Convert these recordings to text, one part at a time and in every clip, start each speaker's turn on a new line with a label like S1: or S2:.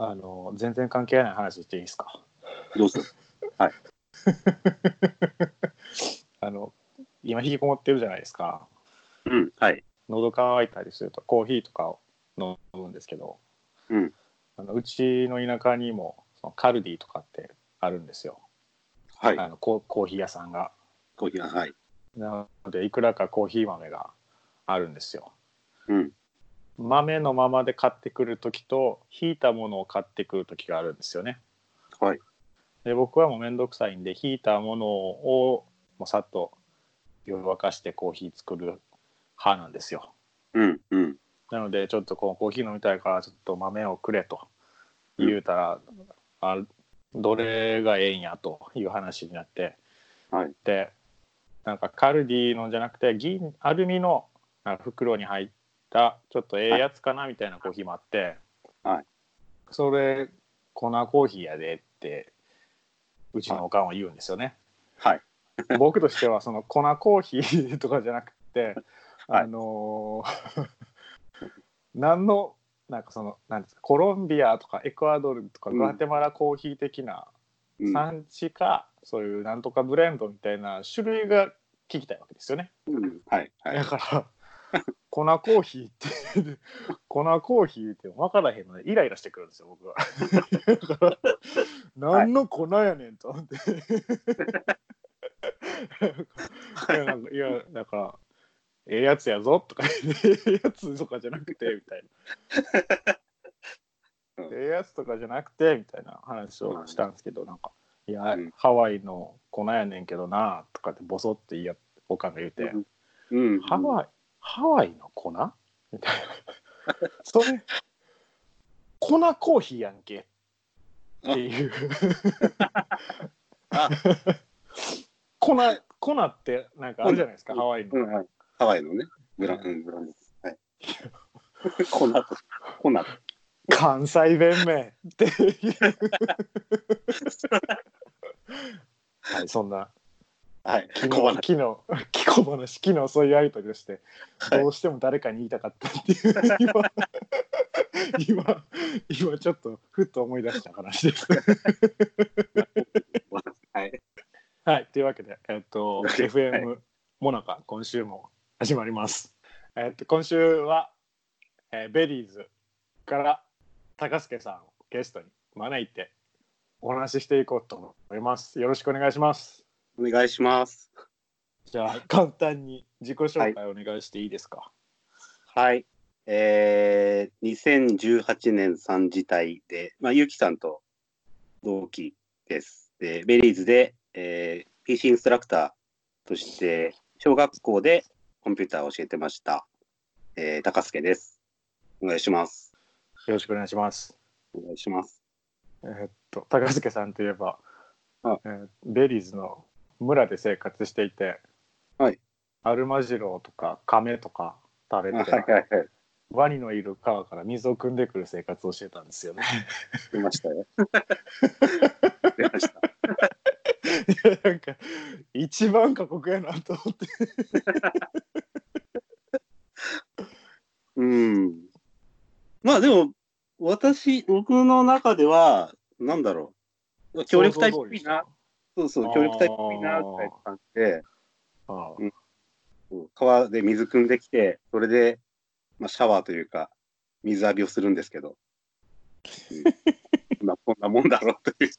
S1: 全然関係ない話していいですか？
S2: どうぞ。はい。
S1: 今引きこもってるじゃないですか。
S2: うん、はい。
S1: 喉乾いたりするとコーヒーとかを飲むんですけど、
S2: うん、
S1: うちの田舎にもそのカルディとかってあるんですよ。
S2: はい。
S1: コーヒー屋さんが。
S2: コーヒー、はい。
S1: なのでいくらかコーヒー豆があるんですよ。
S2: うん、
S1: 豆のままで買ってくる時とひいたものを買ってくる時があるんですよね。
S2: はい。
S1: で僕はもうめんどくさいんでひいたものをもうさっと湯沸かしてコーヒー作る派なんですよ。
S2: うん、うん、
S1: なのでちょっとコーヒー飲みたいからちょっと豆をくれと言うたら、どれがええんやという話になって、
S2: はい。
S1: でなんかカルディのじゃなくてアルミの袋に入ったちょっとええやつかなみたいなコーヒーもあって、
S2: はい。
S1: それ粉コーヒーやでってうちのおかんは言うんですよね。
S2: はい。
S1: 僕としてはその粉コーヒーとかじゃなくて
S2: はい。
S1: 何のなんかそのなんですか、コロンビアとかエクアドルとかグアテマラコーヒー的な産地か、そういうなんとかブレンドみたいな種類が聞きたいわけですよね。
S2: うん、はい。はい。
S1: だから粉コーヒーって粉コーヒーって分からへんのでイライラしてくるんですよ僕は。だから何の粉やねんと思っていやだからええやつやぞとかええやつとかじゃなくてみたいなええやつとかじゃなくてみたいな話をしたんですけど、なんかいや、ハワイの粉やねんけどなとかってボソっておかんが言うて、ハワイの粉みたいなそれ粉コーヒーやんけっていう粉ってなんかあるじゃないですか、ハワイの、
S2: ハワイのねブランド、はい。粉
S1: 関西弁名っていうはい、そんな昨日そういうやり取りをして、どうしても誰かに言いたかったっていう今ちょっとふっと思い出した話です
S2: はい、
S1: はい、というわけで、FM モナカ今週も始まります。今週は、ベリーズから高助さんをゲストに招いてお話ししていこうと思います。よろしくお願いします。
S2: お願いします。
S1: じゃあ簡単に自己紹介お願いしていいですか？
S2: はい、2018年3次隊で、ゆきさんと同期です。でベリーズで、PC インストラクターとして小学校でコンピューターを教えてました、高助です。お願いします。
S1: よろしくお願いします。
S2: お願いします。
S1: 高助さんといえば、ベリーズの村で生活していて、
S2: はい、
S1: アルマジロとかカメとか食べて、ワニのいる川から水を汲んでくる生活をしてたんですよね。
S2: 出ましたよ。出ました。
S1: なんか一番過酷やなと思って
S2: でも僕の中ではなんだろう、協力隊っぽいな、協力隊っぽいなって感じで、川で水汲んできて、それで、シャワーというか水浴びをするんですけど、こんなもんだろうという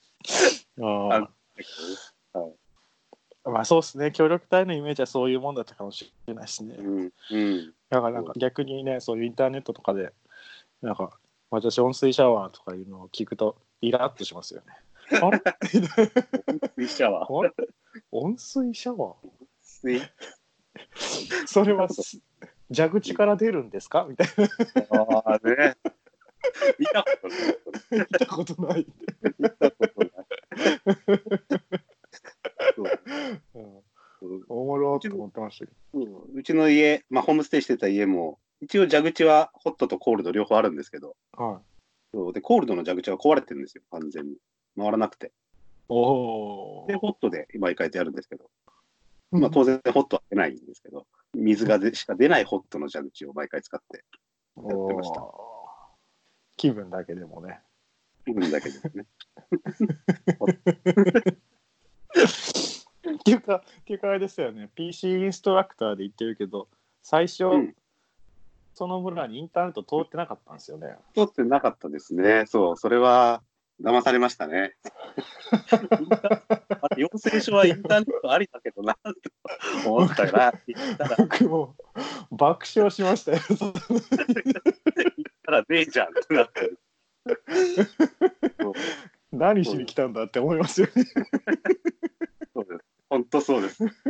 S1: そうですね、協力隊のイメージはそういうもんだったかもしれないですね。だからなんか逆にね、そういうインターネットとかでなんか私温水シャワーとかいうのを聞くとイラッとしますよね。あれ
S2: 温水シャワー
S1: 温水シャワーそれは蛇口から出るんですかみたいな。
S2: ね、見たことない。
S1: おもろーと思ってましたけど、
S2: うちの家、ホームステイしてた家も一応蛇口はホットとコールド両方あるんですけど、でコールドの蛇口は壊れてるんですよ、完全に回らなくて。でホットで毎回やるんですけど、当然ホットは出ないんですけど、水がしか出ないホットの蛇口を毎回使ってやってました。
S1: 気分だけでもね。
S2: 気分だけですね。
S1: っていうかあれですよね、 PC インストラクターで言ってるけど最初、その村にインターネット通ってなかったんですよね。
S2: 通ってなかったですね。そう、それは騙されましたね。養成所はインターネットありだけどなって思ったから
S1: 僕も爆笑しましたよ。
S2: 行ったらねえじゃんってなってる。
S1: 何しに来たんだって思いますよね。
S2: そうです。本当そうです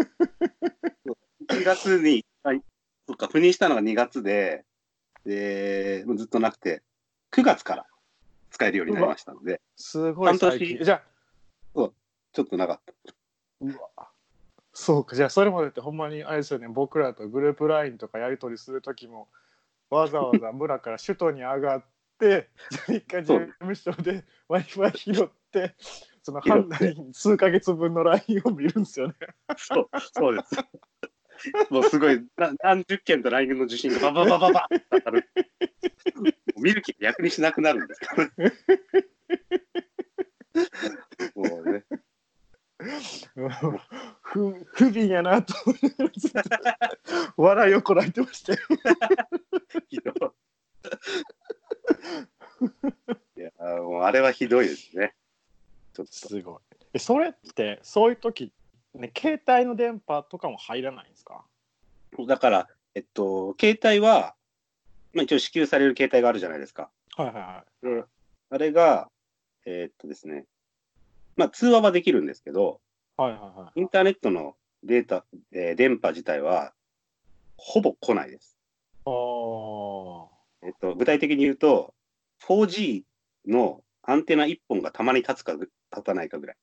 S2: 。1月に、そっか、赴任したのが2月で、もうずっとなくて、9月から使えるようになりましたので、
S1: すごい最近。じゃあ、
S2: そう、ちょっとなかった。
S1: うわ、そうか、じゃあそれまでってほんまにあれですよね、僕らとグループ LINE とかやり取りするときも、わざわざ村から首都に上がって、一回事務所で Wi-Fi 拾って、その判断に数ヶ月分の LINE を見るんですよね。
S2: そうです。もうすごい何十件と LINE の受信がバババババッと当たる。見る気逆にしなくなるんですから。もうね。
S1: 不憫やなと思いながら笑いをこらえてましたよ。
S2: ひどい。いや、もうあれはひどいですね。ちょっと
S1: すごい。それってそういう時ね、携帯の電波とかも入らないんですか？
S2: だから、携帯は、まあ、一応支給される携帯があるじゃないですか。
S1: はいはいはい。
S2: で、あれが、ですね、まあ、通話はできるんですけど、
S1: はいはいはい。
S2: インターネットのデータ、電波自体は、ほぼ来ないです。具体的に言うと、4G のアンテナ1本がたまに立つか立たないかぐらい。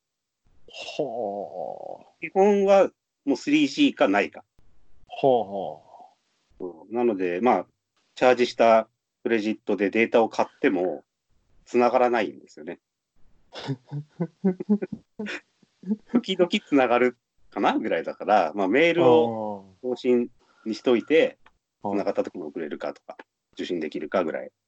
S2: 基本はもう 3G かないか。なので、まあ、チャージしたクレジットでデータを買っても、繋がらないんですよね。時々繋がるかなぐらいだから、まあ、メールを送信にしといて、繋がった時に送れるかとか、受信できるかぐらい。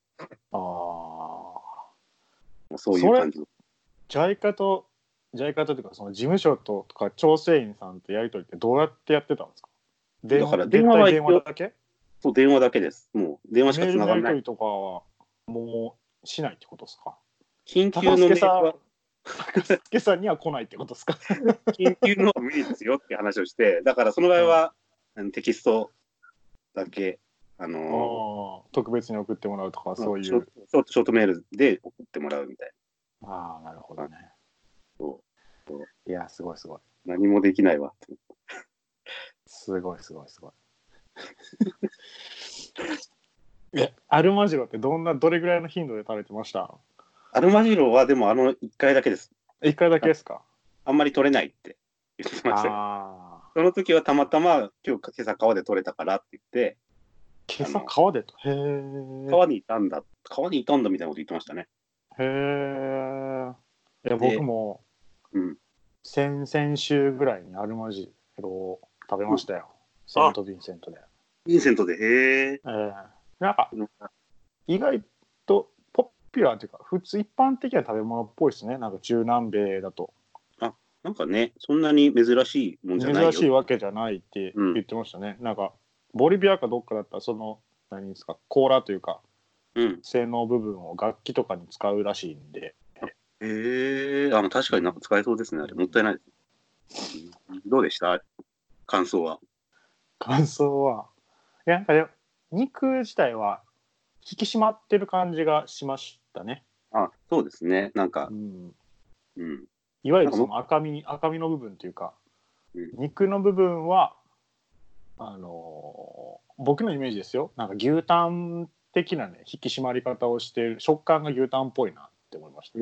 S2: そういう感じ。
S1: JICA とというか、その事務所とか調整員さんとやり取りってどうやってやってたんですか？
S2: だから電話は
S1: 電話だけ？
S2: そう、電話だけです。もう電話しか繋がらない。
S1: メールのやり取りとかはもうしないってことですか？
S2: 緊急のメールは
S1: 高助さんには来ないってことですか？
S2: 緊急のは無理ですよって話をして、だからその場合は、テキストだけ、
S1: 特別に送ってもらうとか、そういう。
S2: ショートメールで送ってもらうみたい
S1: な。ああ、なるほどね。いや、すごいすごい。
S2: 何もできないわ。
S1: すごいすごいすごい。アルマジロってどれぐらいの頻度で食べてました？
S2: アルマジロはでも1回だけです。
S1: 1回だけですか？
S2: あんまり取れないって言ってましたよ。その時はたまたま今朝川で取れたからって言って、
S1: 今朝川でと
S2: 川にいたんだみたいなこと言ってましたね。
S1: へえ。いや、僕も、先々週ぐらいにアルマジロを食べましたよ。セント・ヴィンセントで。
S2: ヴィンセントで、へえ。
S1: なんか、意外とポピュラーというか、普通一般的な食べ物っぽいですね。なんか中南米だと。
S2: なんかね、そんなに珍しいもんじゃないよ。
S1: 珍しいわけじゃないって言ってましたね。なんか、ボリビアかどっかだったら、その、何ですか、甲羅というか、性能部分を楽器とかに使うらしいんで。
S2: 確かになんか使えそうですね。あれ、もったいないです。どうでした感想は。
S1: いや、なんか肉自体は引き締まってる感じがしましたね。
S2: そうですね。なんか、
S1: いわゆるその赤身の部分というか、肉の部分は僕のイメージですよ。なんか牛タン的なね、引き締まり方をしている、食感が牛タンっぽいなって思いました。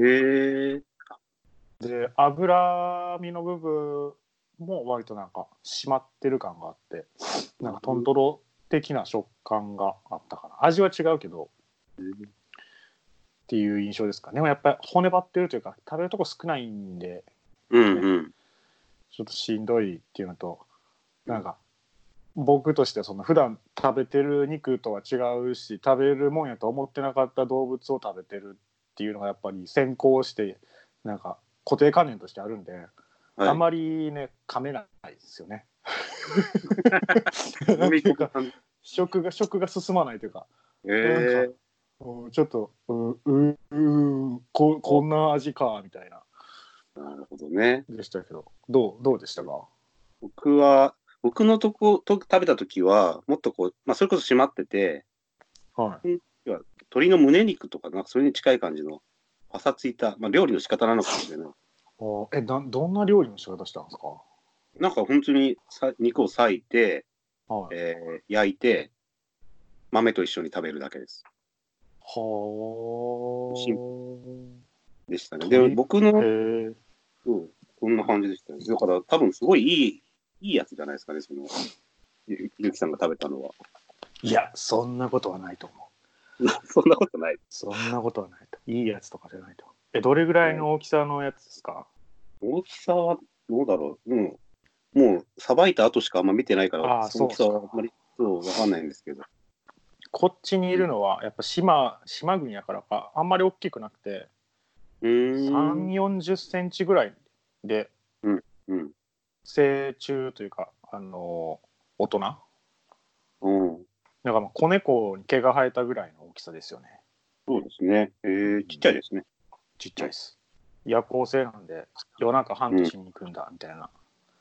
S1: で、脂身の部分も割となんか締まってる感があって、なんかトントロ的な食感があったかな。味は違うけど、っていう印象ですかね。でもやっぱり骨張ってるというか、食べるとこ少ないんで、ちょっとしんどいっていうのと、なんか僕としてはその普段食べてる肉とは違うし、食べるもんやと思ってなかった動物を食べてるっていうのがやっぱり先行してなんか固定観念としてあるんで、はい、あんまりね噛めないですよね。なんていうか食が進まないというか、なんかちょっとこんな味かみたいな。
S2: なるほどね。
S1: でしたけど、どうでしたか？
S2: 僕のと食べた時はもっとこう、まあ、それこそ締まってて、
S1: はい、
S2: 鶏の胸肉とかなんかそれに近い感じのパサついた、まあ、料理の仕方なのかもしれない。
S1: どんな料理の仕方したんですか？
S2: なんか本当に肉を裂いて、はい、焼いて豆と一緒に食べるだけです。
S1: は
S2: シンプルでしたね。で僕のこんな感じでしたね。だから多分すごいいいやつじゃないですかね、そのゆきさんが食べたのは。
S1: いや、そんなことはないと思
S2: う。そんなことない。
S1: そんなことはないと。いいやつとかじゃないと。どれぐらいの大きさのやつですか？
S2: 大きさはどうだろう。もうさばいた後しかあんま見てないから、その大きさはあんまりわかんないんですけど。
S1: こっちにいるのはやっぱ島国やからかあんまり大きくなくて3、40センチぐらいで、成虫というか大人、だから子猫に毛が生えたぐらいの大きさですよね。
S2: そうですね。ちっちゃいですね。
S1: ちっちゃいです。夜行性なんで夜中ハントしに行くんだみたいな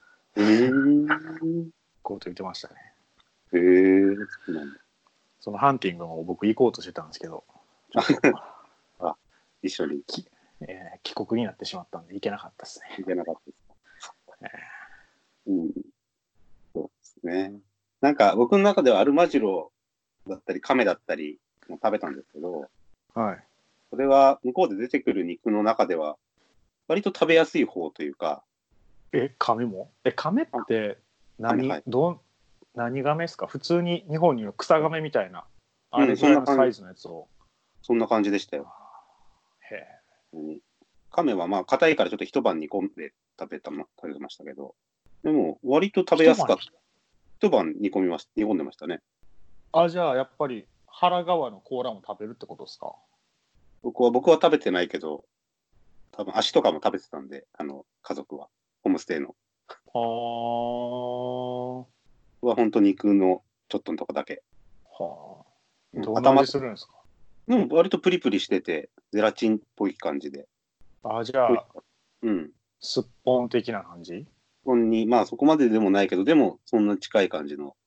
S1: こと言ってましたね。
S2: そうなんだ。
S1: そのハンティングも僕行こうとしてたんですけど
S2: あ、一緒に
S1: 帰国になってしまったんで行けなかったですね。
S2: 行けなかったです。そうですね。なんか僕の中ではアルマジロだったりカメだったりも食べたんですけど、
S1: はい。
S2: それは向こうで出てくる肉の中では割と食べやすい方というか。
S1: カメも？カメって何ガメですか？普通に日本にいる草ガメみたいな、あれぐらいのサイズのやつを。
S2: そんな感じでしたよ。へえ。カメはまあ硬いからちょっと一晩煮込んで食べましたけど、でも割と食べやすかった。一晩煮込んでましたね。
S1: じゃあやっぱり腹側の甲羅も食べるってことですか？
S2: 僕は食べてないけど、多分足とかも食べてたんで、家族はホームステイの。は本当肉のちょっとのとこだけ。
S1: どんな味するんですか？
S2: 割とプリプリしててゼラチンっぽい感じで。
S1: じゃあすっぽん的な感じ？
S2: まあそこまででもないけど、でもそんな近い感じの。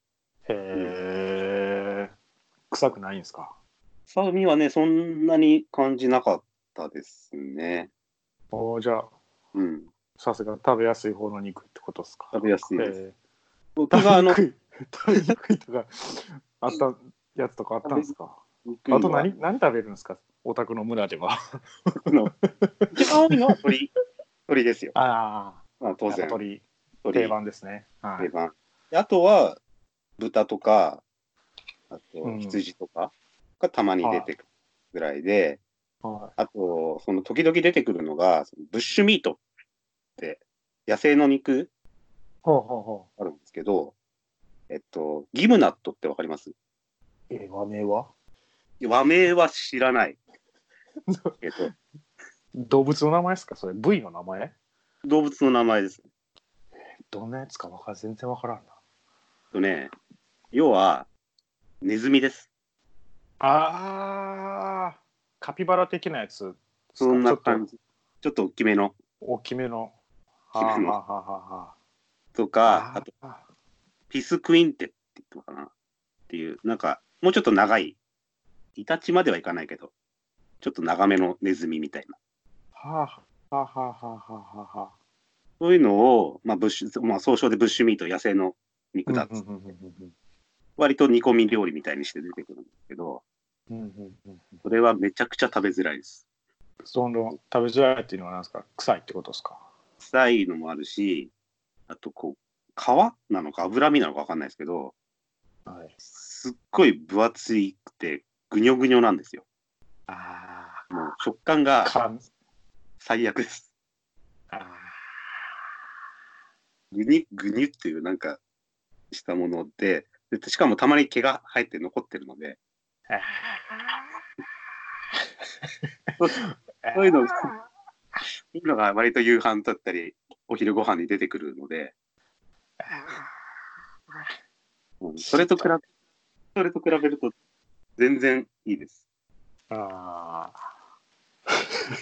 S1: 臭くないんですか？
S2: 臭みはねそんなに感じなかったですね。
S1: じゃあさすが食べやすい方の肉ってことですか？
S2: 食べやすいです。
S1: 僕が食べにくいとかあったやつとかあったんですか？あと何食べるんですか？お宅の村では。
S2: 一番多いのは鳥ですよ。
S1: ま
S2: あ当然
S1: 鳥定番ですね。
S2: 定番。あとは豚とかあと羊とかがたまに出てくるぐらいで、あとその時々出てくるのがブッシュミートって野生の肉あるんですけど、ギムナットってわかります？
S1: 和名は？
S2: 和名は知らない。
S1: 動物の名前ですか？それ部位の名前？
S2: 動物の名前です。
S1: どんなやつか全然わからん
S2: な。要はネズミです。
S1: カピバラ的なやつ。
S2: そんな感じ。ちょっと大きめの。とか、あとピスクインテって言ったのかなっていう、なんかもうちょっと長い、イタチまではいかないけど、ちょっと長めのネズミみたいな。そういうのを、総称でブッシュミート、野生の肉だっつって、割と煮込み料理みたいにして出てくるんですけど、それはめちゃくちゃ食べづらいです。
S1: 食べづらいっていうのは何ですか？臭いってことですか？
S2: 臭いのもあるし、あと皮なのか脂身なのか分かんないですけど、すっごい分厚くてぐにょぐにょなんですよ。もう食感が最悪です。ぐにゅっていうなんかしたもので、しかもたまに毛が生えて残ってるので、 そういうのが割と夕飯だったり、お昼ご飯に出てくるので、それと比べると全然いいです。
S1: ああ。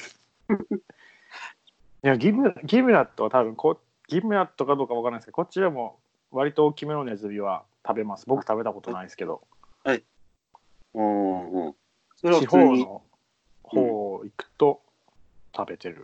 S1: いや、ギムナットは多分ギムナットかどうかわからないですけど、こっちでも割と大きめのネズミは食べます。僕食べたことないですけど。
S2: はい。そ
S1: れは地方の方行くと食べてる。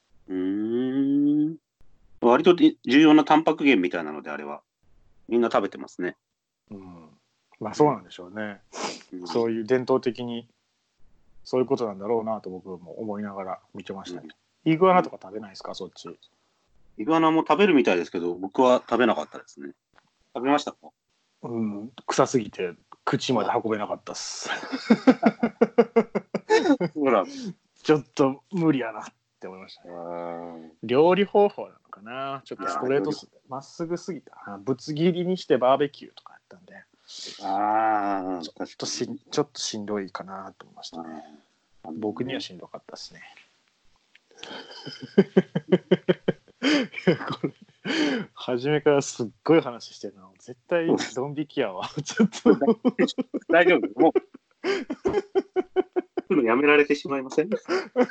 S2: 割と重要なタンパク源みたいなのであれば、みんな食べてますね。
S1: まあそうなんでしょうね。そういう伝統的にそういうことなんだろうなと僕も思いながら見てましたね。イグアナとか食べないですか、そっち。
S2: イグアナも食べるみたいですけど、僕は食べなかったですね。食べましたか？
S1: 臭すぎて口まで運べなかったっす。ちょっと無理やなって思いましたね。料理方法なのかな、ちょっとストレートまっすぐすぎたな。ぶつ切りにしてバーベキューとかやったんで、ちょっとしんどいかなと思いましたね。僕にはしんどかったですね。これ初めからすっごい話してるの絶対ドン引きやわ。ちょっと
S2: 大丈夫。もうやめられてしまいません？い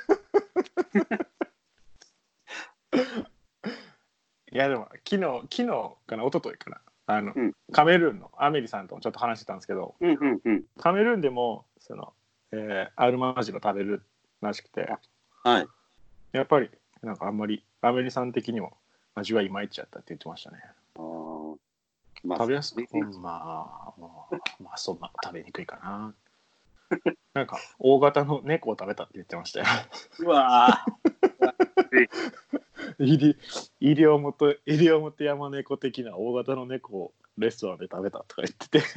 S1: やでも昨日かな、一昨日かな、カメルーンのアメリさんともちょっと話してたんですけど、カメルーンでもアルマジロ食べるらしくて、
S2: はい、
S1: やっぱりなんかあんまりアメリさん的にも味はいまいちやったって言ってましたね。食べやすく、まあそんな食べにくいかな。なんか大型の猫を食べたって言ってましたよ。
S2: うわ
S1: 西表山猫的な大型の猫をレストランで食べたとか言ってて。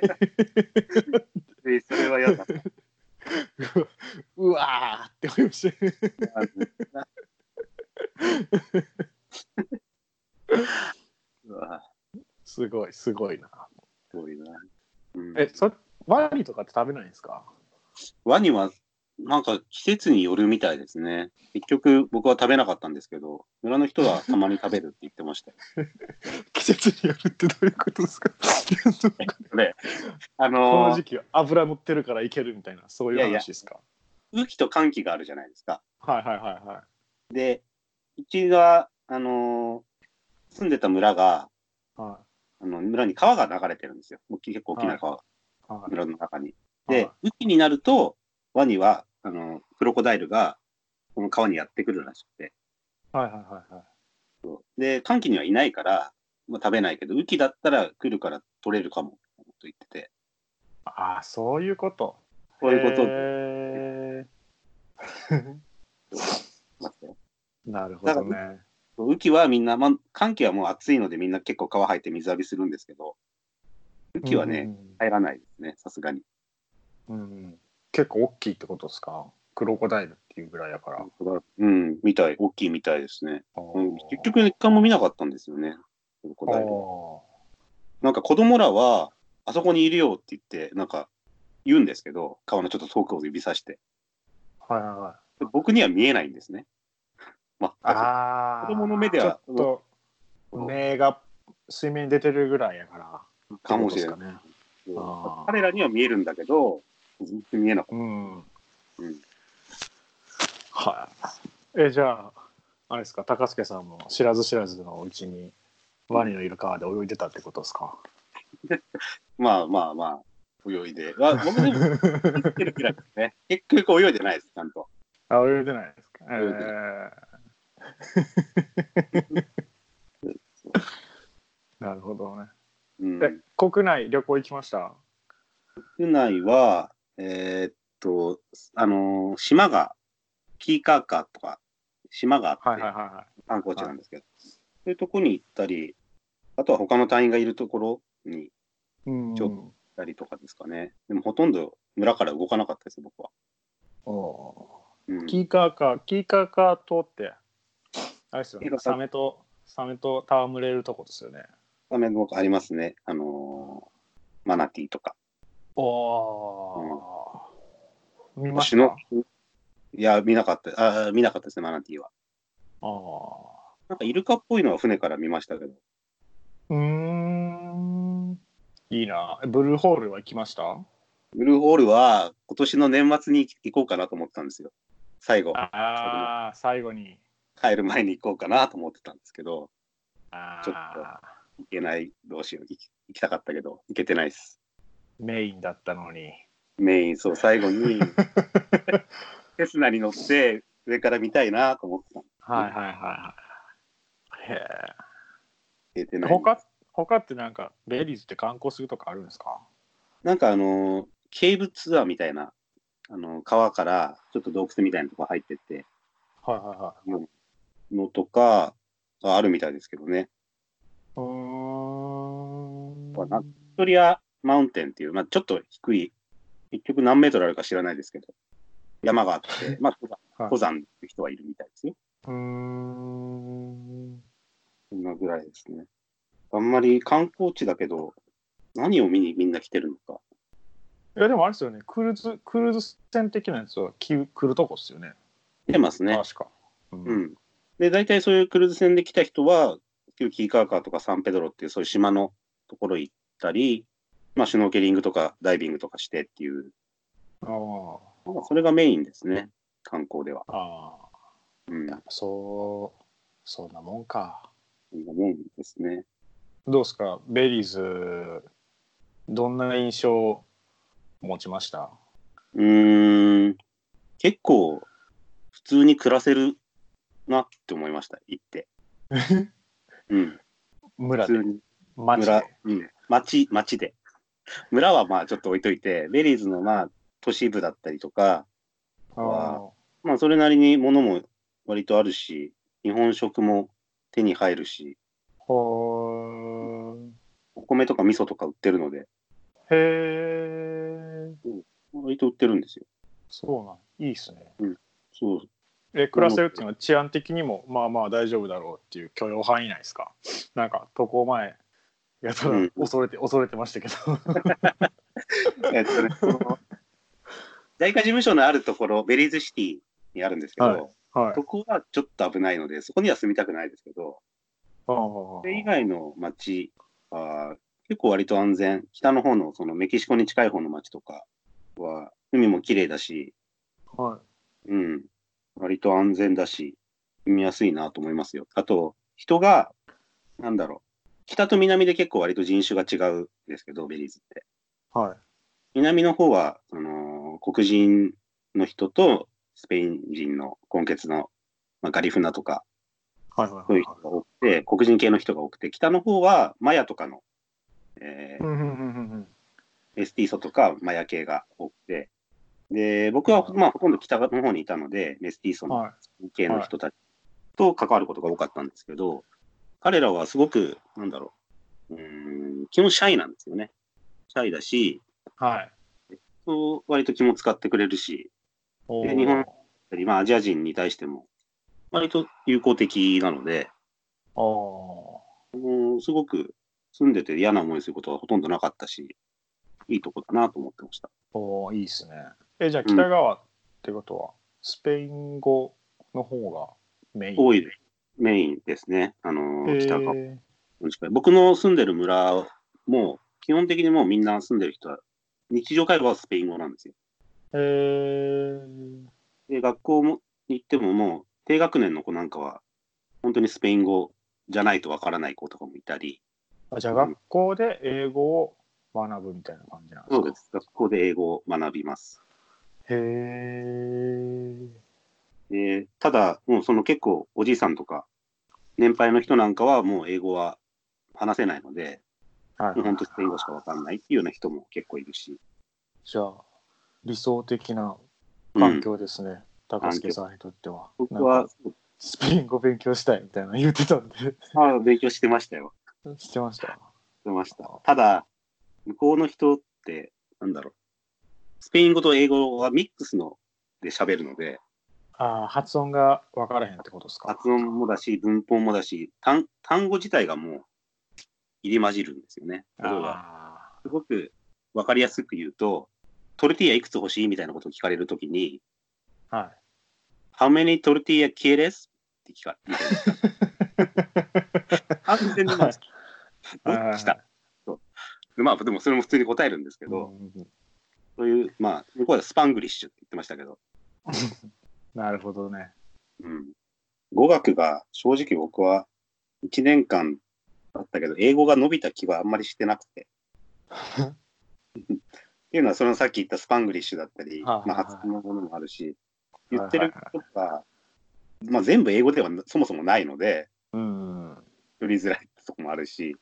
S2: それは嫌だ。
S1: うわーって思いました。すごいな。すごいな。ワニとかって食べないんですか？
S2: ワニはなんか季節によるみたいですね。結局僕は食べなかったんですけど、村の人はたまに食べるって言ってました。
S1: 季節によるってどういうことですか？
S2: ね、
S1: この時期油乗ってるからいけるみたいな、そういう話ですか？
S2: 雨季と乾季があるじゃないですか。
S1: はい。
S2: で、うちが、住んでた村が、村に川が流れてるんですよ。結構大きな川が、村の中に。で、雨季になると、ワニは、クロコダイルが、この川にやってくるらしくて。で、乾季にはいないから、食べないけど、雨季だったら来るから取れるかも、と言ってて。
S1: ああ、そういうこと。
S2: そういうこと
S1: で。なるほどね。
S2: 雨季はみんな、乾季はもう暑いのでみんな結構川入って水浴びするんですけど、雨季はね、入らないですね、さすがに。
S1: 結構大きいってことですか？クロコダイルっていうぐらいだから。
S2: 大きいみたいですね。結局一回も見なかったんですよね、クロコダイルは。なんか子供らは、あそこにいるよって言って、なんか言うんですけど、川のちょっと遠くを指さして。僕には見えないんですね。子供の目では。
S1: ちょっと目が水面に出てるぐらいやから。
S2: かもしれない。彼らには見えるんだけど、ずっと見えなかった。
S1: じゃあ、あれですか、高助さんも知らず知らずのうちにワニのいる川で泳いでたってことですか？
S2: まあ、泳いで。僕でも、生きてるくらいですね。結局泳いでないです、ちゃんと。
S1: 泳いでないですか？なるほどね。国内旅行行きました？
S2: 国内は、島が、キーカーカーとか、島があって、観光地なんですけど、そういうとこに行ったり、あとは他の隊員がいるところに、ちょっと行ったりとかですかね。でもほとんど村から動かなかったです、僕は。
S1: キーカーカー島って、あれですよね、サメと戯れるとこですよね。
S2: サメもありますね。マナティーとか。
S1: 見ました？
S2: いや、見なかったですね、マナティーは。なんかイルカっぽいのは船から見ましたけど。
S1: いいな。ブルーホールは行きました？
S2: ブルーホールは今年の年末に行こうかなと思ってたんですよ。最後。
S1: 最後に。
S2: 帰る前に行こうかなと思ってたんですけど、ちょっと行けない、どうしよう。行きたかったけど、行けてないです。
S1: メインだったのに。
S2: メイン、そう、最後に、テスナに乗って上から見たいなと思ってた。
S1: はいはいはい。へえ。
S2: 行けてない。
S1: 他ってなんか、ベリーズって観光するとかあるんですか？
S2: なんかケーブツアーみたいな、川からちょっと洞窟みたいなとこ入ってって、
S1: はいはいはい。
S2: のとかあるみたいですけどね。ビクトリアマウンテンっていう、まあ、ちょっと低い、結局何メートルあるか知らないですけど、山があって、まあ、登山って人はいるみたいですよ。そんなぐらいですね。あんまり観光地だけど、何を見にみんな来てるのか。
S1: いやでもあれですよね、クルーズ船的なやつは来るとこっすよね。
S2: 来てますね。
S1: 確か。
S2: うん。で、大体そういうクルーズ船で来た人は、キーカーカーとかサンペドロっていうそういう島のところ行ったり、まあ、シュノーケリングとかダイビングとかしてっていう。それがメインですね、観光では。
S1: やっぱそんなもんか。
S2: そんなもんですね。
S1: どうですか、ベリーズ、どんな印象を持ちました？
S2: 結構、普通に暮らせるなって思いました、行って。うん。
S1: 村で。
S2: 町で。村はまあちょっと置いといて、ベリーズのまあ都市部だったりとかは、まあそれなりに物も割とあるし、日本食も手に入るし、お米とか味噌とか売ってるので、割と売ってるんですよ。
S1: そうなん、いいっすね。
S2: そう。
S1: 暮らせるっていうのは治安的にもまあまあ大丈夫だろうっていう許容範囲内ですか？なんか渡航前やたら恐れてましたけど
S2: JICA 事務所のあるところ、ベリーズシティにあるんですけど、そこはちょっと危ないので、そこには住みたくないですけど、それ以外の町は結構割と安全。北の方のそのメキシコに近い方の町とかは海も綺麗だし、割と安全だし、住みやすいなと思いますよ。あと、人が、なんだろう、北と南で結構割と人種が違うんですけど、ベリーズって。南の方は、黒人の人とスペイン人の混血の、まあ、ガリフナとか、そういう人が多くて、黒人系の人が多くて、北の方はマヤとかの、メスティーソとかマヤ系が多くて、で、僕はまあほとんど北の方にいたので、メスティーソの系の人たちと関わることが多かったんですけど、彼らはすごく、なんだろう、基本シャイなんですよね。シャイだし、割と気も使ってくれるし、で日本まあ、アジア人に対しても、割と友好的なので、すごく住んでて嫌な思いすることはほとんどなかったし、いいとこだなと思ってました。
S1: いいですね。じゃあ北側ってことは、スペイン語の方がメイン？
S2: 多いです。メインですね。北側。僕の住んでる村も、基本的にもうみんな住んでる人は、日常会話はスペイン語なんですよ。で、学校も行ってももう、低学年の子なんかは、本当にスペイン語じゃないとわからない子とかもいたり。
S1: じゃあ学校で英語を学ぶみたいな感じなんですか？
S2: そうです。学校で英語を学びます。ただ、もうその結構おじいさんとか、年配の人なんかはもう英語は話せないので、もう本当スペイン語しかわかんないっていうような人も結構いるし。
S1: じゃあ、理想的な環境ですね。高助さんにとっては。
S2: 僕は
S1: スペイン語勉強したいみたいな言ってたんで
S2: 勉強してましたよ。
S1: してました。
S2: ただ、向こうの人って、なんだろう。スペイン語と英語はミックスので喋るので。
S1: 発音が分からへんってことですか？
S2: 発音もだし、文法もだし、単語自体がもう入り混じるんですよね。例えば、すごく分かりやすく言うと、トルティーヤいくつ欲しいみたいなことを聞かれるときに、 How many tortilla quieres? って聞かれて。完全にどっちだまあ、でもそれも普通に答えるんですけど、そういう、まあ、向こうでスパングリッシュって言ってましたけど。
S1: なるほどね。
S2: うん。語学が正直僕は1年間だったけど、英語が伸びた気はあんまりしてなくて。っていうのは、そのさっき言ったスパングリッシュだったり、まあ、発音のものもあるし、言ってることが、まあ、全部英語ではそもそもないので、取りづらいとこもあるし、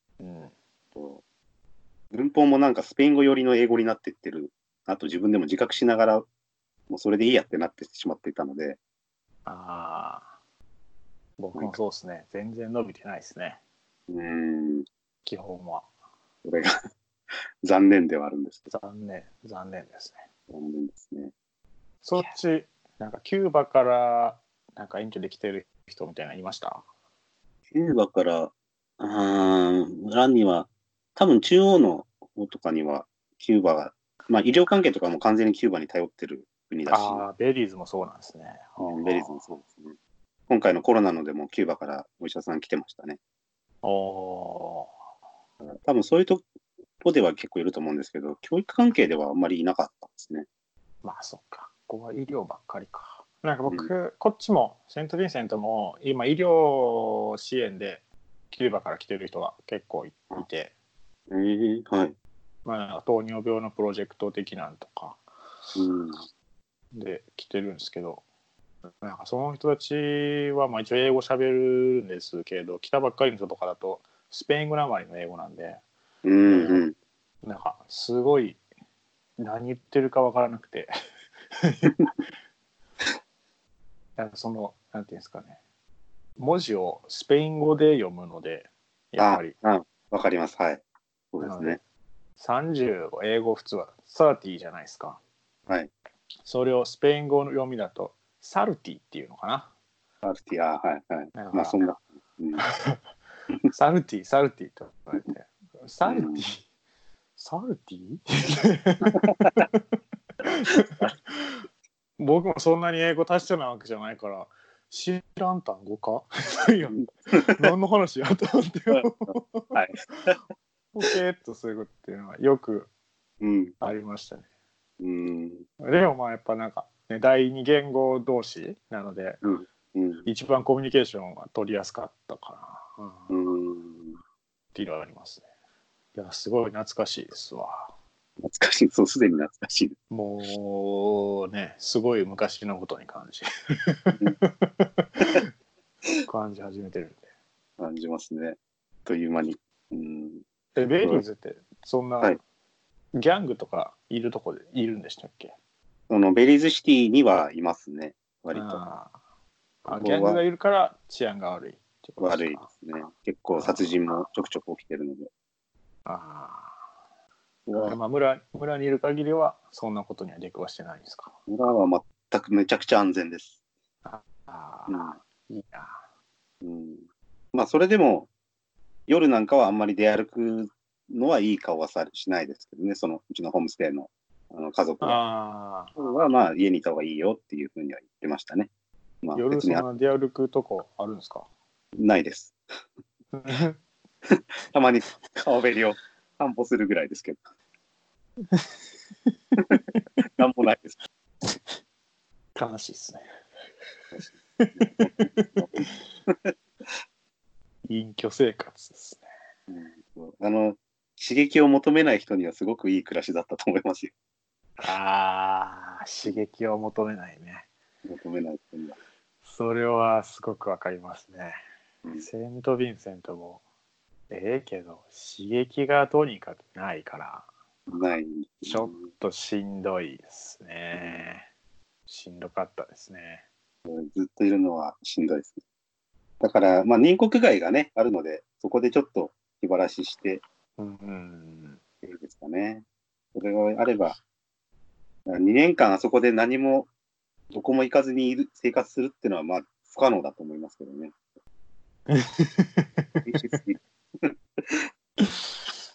S2: 文法もなんかスペイン語寄りの英語になっていってる、あと自分でも自覚しながら、もうそれでいいやってなってしまっていたので。
S1: ああ、僕もそうですね。全然伸びてないですね。基本は。
S2: それが残念ではあるんですけど。
S1: 残念ですね。
S2: 残念ですね。
S1: そっち、なんかキューバからなんか遠距で来てる人みたいなのいました？
S2: キューバから、村には、多分中央の方とかには、キューバが、まあ医療関係とかも完全にキューバに頼ってる国だし。
S1: ああ、ベリーズもそうなんですね。
S2: ベリーズもそうですね。今回のコロナのでもキューバからお医者さん来てましたね。多分そういうとこでは結構いると思うんですけど、教育関係ではあんまりいなかったですね。
S1: まあそっか。ここは医療ばっかりか。なんか僕、こっちもセント・ヴィンセントも今医療支援でキューバから来てる人が結構いて、
S2: はい。
S1: まあ糖尿病のプロジェクト的なんとかで来てるんですけど、なんかその人たちはまあ一応英語喋るんですけど、来たばっかりの人とかだとスペイン語なまりの英語なんで、なんかすごい何言ってるかわからなくてそのなんていうんですかね、文字をスペイン語で読むので、やっぱり
S2: わかります。はい。そうですね。
S1: 30を英語普通は30じゃないですか。
S2: はい。
S1: それをスペイン語の読みだとサルティっていうのかな。
S2: サルティ、はいはい。まあそんな。
S1: サルティと言われて、サルティ僕もそんなに英語達者なわけじゃないから知らん単語かいや何の話やと思って
S2: はい
S1: ポケーっとするっていうのはよくありましたね。でもまあやっぱなんか、ね、第二言語同士なので、一番コミュニケーションは取りやすかったかなっていうのはありますね。いやすごい懐かしいですわ。
S2: 懐かしい、そうすでに懐かしい。
S1: もうね、すごい昔のことに感じ始めてるんで。
S2: 感じますね。という間に。
S1: ベリーズってそんなギャングとかいるとこでいるんでしたっけ？
S2: そのベリーズシティにはいますね、割と。
S1: ギャングがいるから治安が悪いってことですか？
S2: 悪いですね。結構殺人もちょくちょく起きてるので。
S1: まあ村にいる限りはそんなことには出くわしてないんですか？
S2: 村は全くめちゃくちゃ安全です。
S1: いいな。
S2: まあそれでも夜なんかはあんまり出歩くのはいい顔はしないですけどね、そのうちのホームステイの家族は。まあ家にいた方がいいよっていうふうには言ってましたね。まあ、
S1: 夜そんな出歩くとこあるんですか？
S2: ないです。たまに川べりを散歩するぐらいですけど。なんもないです。
S1: 悲しいですね。隠居生活ですね。
S2: 刺激を求めない人にはすごくいい暮らしだったと思いますよ。
S1: 刺激を求めないね。
S2: 求めない人には。
S1: それはすごくわかりますね。セント・ヴィンセントもけど刺激がとにかくないからちょっとしんどいですね。しんどかったですね。
S2: ずっといるのはしんどいですね。だからまあ入国外がねあるのでそこでちょっと気晴らししていいですかね。それがあれば2年間あそこで何もどこも行かずに生活するっていうのはまあ不可能だと思いますけどね。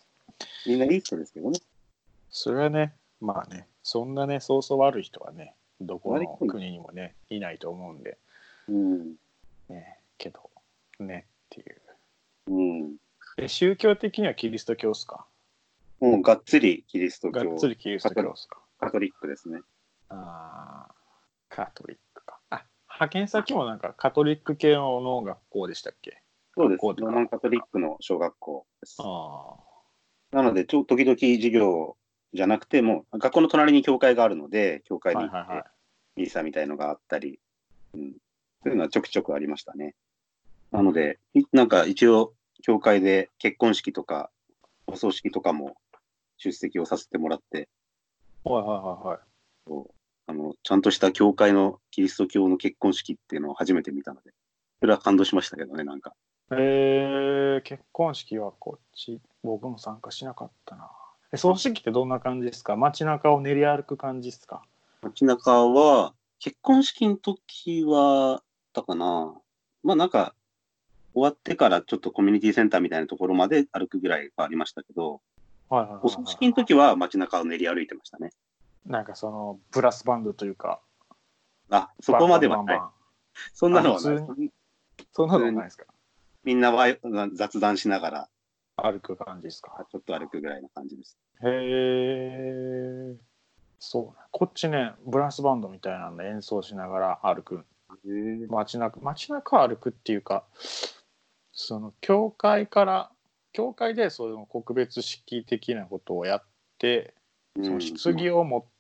S2: みんないい人ですけどね。
S1: それはね、まあね、そんなね、そうそう悪い人はね、 どこの国にもねいないと思うんで、ね、けどねっていう、宗教的にはキリスト教っすか？
S2: もうがっつりキリスト教。
S1: がっつりキリスト教っすか？
S2: カトリックですね。
S1: カトリックか。派遣先もなんかカトリック系の学校でしたっけ？
S2: そうです。ローマンカトリックの小学校です。なので時々授業じゃなくても学校の隣に教会があるので、教会に行ってミサみたいのがあったり、そういうのはちょくちょくありましたね。なのでなんか一応教会で結婚式とかお葬式とかも出席をさせてもらって、ちゃんとした教会のキリスト教の結婚式っていうのを初めて見たので、それは感動しましたけどね、なんか。
S1: 結婚式はこっち僕も参加しなかったな。葬式ってどんな感じですか？街中を練り歩く感じですか？
S2: 街中は結婚式の時はだかな、まあなんか終わってからちょっとコミュニティセンターみたいなところまで歩くぐらいはありましたけど、お葬式の時は街中を練り歩いてましたね。
S1: なんかそのブラスバンドというか、
S2: そこまではない。そんなのはない。
S1: そんなのはないですか？
S2: みんなは雑談しながら
S1: 歩く感じですか？
S2: ちょっと歩くぐらいの感じです。
S1: へえ。そうね。こっちね、ブラスバンドみたいなの演奏しながら歩く。街中歩くっていうか、その教会でそういう告別式的なことをやって、その棺を持って、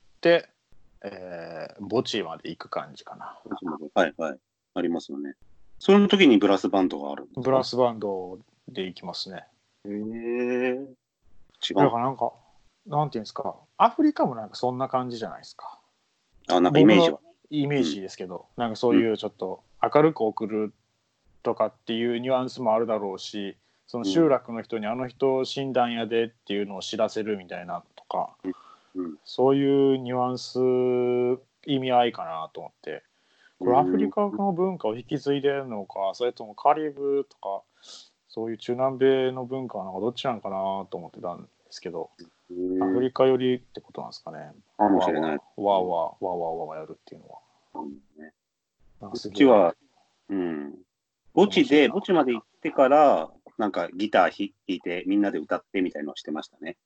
S1: 墓地まで行く感じかな。
S2: はいはい、ありますよね。その時にブラスバンドがあるんですか？
S1: ブラスバンドで行きますね。
S2: 違う。
S1: だからなんかなんていうんですか、アフリカもなんかそんな感じじゃないですか。
S2: なんかイメ
S1: ージですけど、なんかそういうちょっと明るく送るとかっていうニュアンスもあるだろうし、その集落の人にあの人死んだんやでっていうのを知らせるみたいなとか、そういうニュアンス意味合いかなと思って、これアフリカの文化を引き継いでるのか、それともカリブとかそういう中南米の文化なのかどっちなのかなと思ってたんですけど、アフリカ寄りってことなんですかね。
S2: かもしれない。
S1: わーやるっていうのは。
S2: こっちは、墓地まで行ってから、なんかギター弾いてみんなで歌ってみたいのをしてましたね。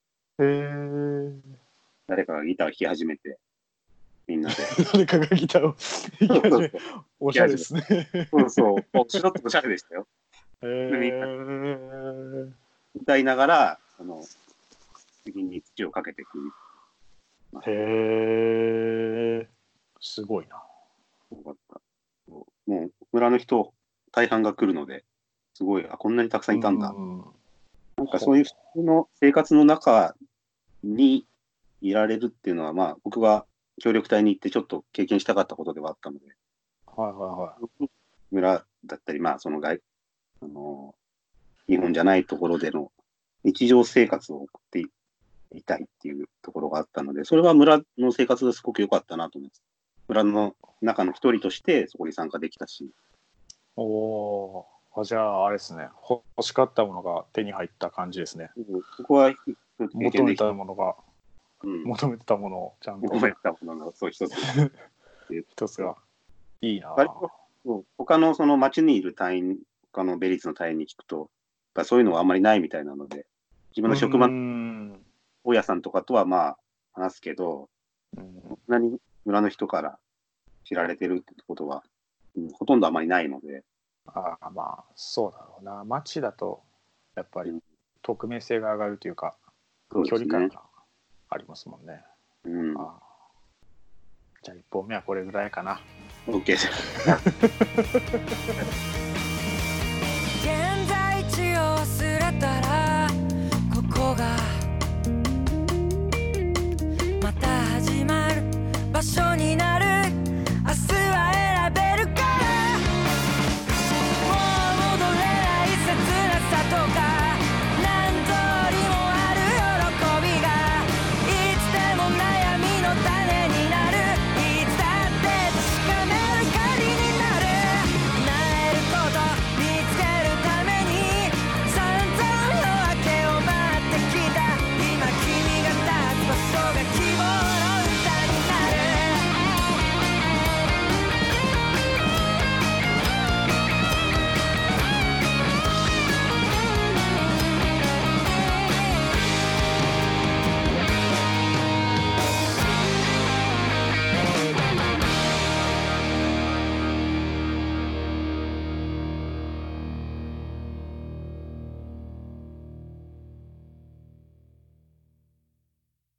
S2: 誰かがギターを弾き始めて、みんなで。
S1: 誰かがギターを弾き始めて、おしゃれですね。
S2: そう。ちょっとおしゃれでしたよ。歌いながら、次に土をかけていく。
S1: すごいな。
S2: よかった。もう村の人大半が来るので、すごい、こんなにたくさんいたんだ。なんかそういう普通の生活の中にいられるっていうのは、まあ僕が協力隊に行ってちょっと経験したかったことではあったので、村だったり、まあ日本じゃないところでの日常生活を送っていたいっていうところがあったので、それは村の生活がすごく良かったなと思います。村の中の一人としてそこに参加できたし。
S1: じゃああれですね、欲しかったものが手に入った感じですね。
S2: ここは
S1: 求めたものをちゃんと
S2: 求めたものの一
S1: つがいいな。
S2: 他のその町にいる隊員、他のベリーツの隊員に聞くと、そういうのはあんまりないみたいなので、自分の職場の大家さんとかとはまあ話すけど、そんなに村の人から知られてるってことは、ほとんどあまりないので。
S1: まあそうだろうな。町だとやっぱり匿名性が上がるというか、距離感がありますもんね。じゃあ1本目はこれぐらいかな。
S2: OK です。
S3: 現在地を忘れたらここがまた始まる場所になる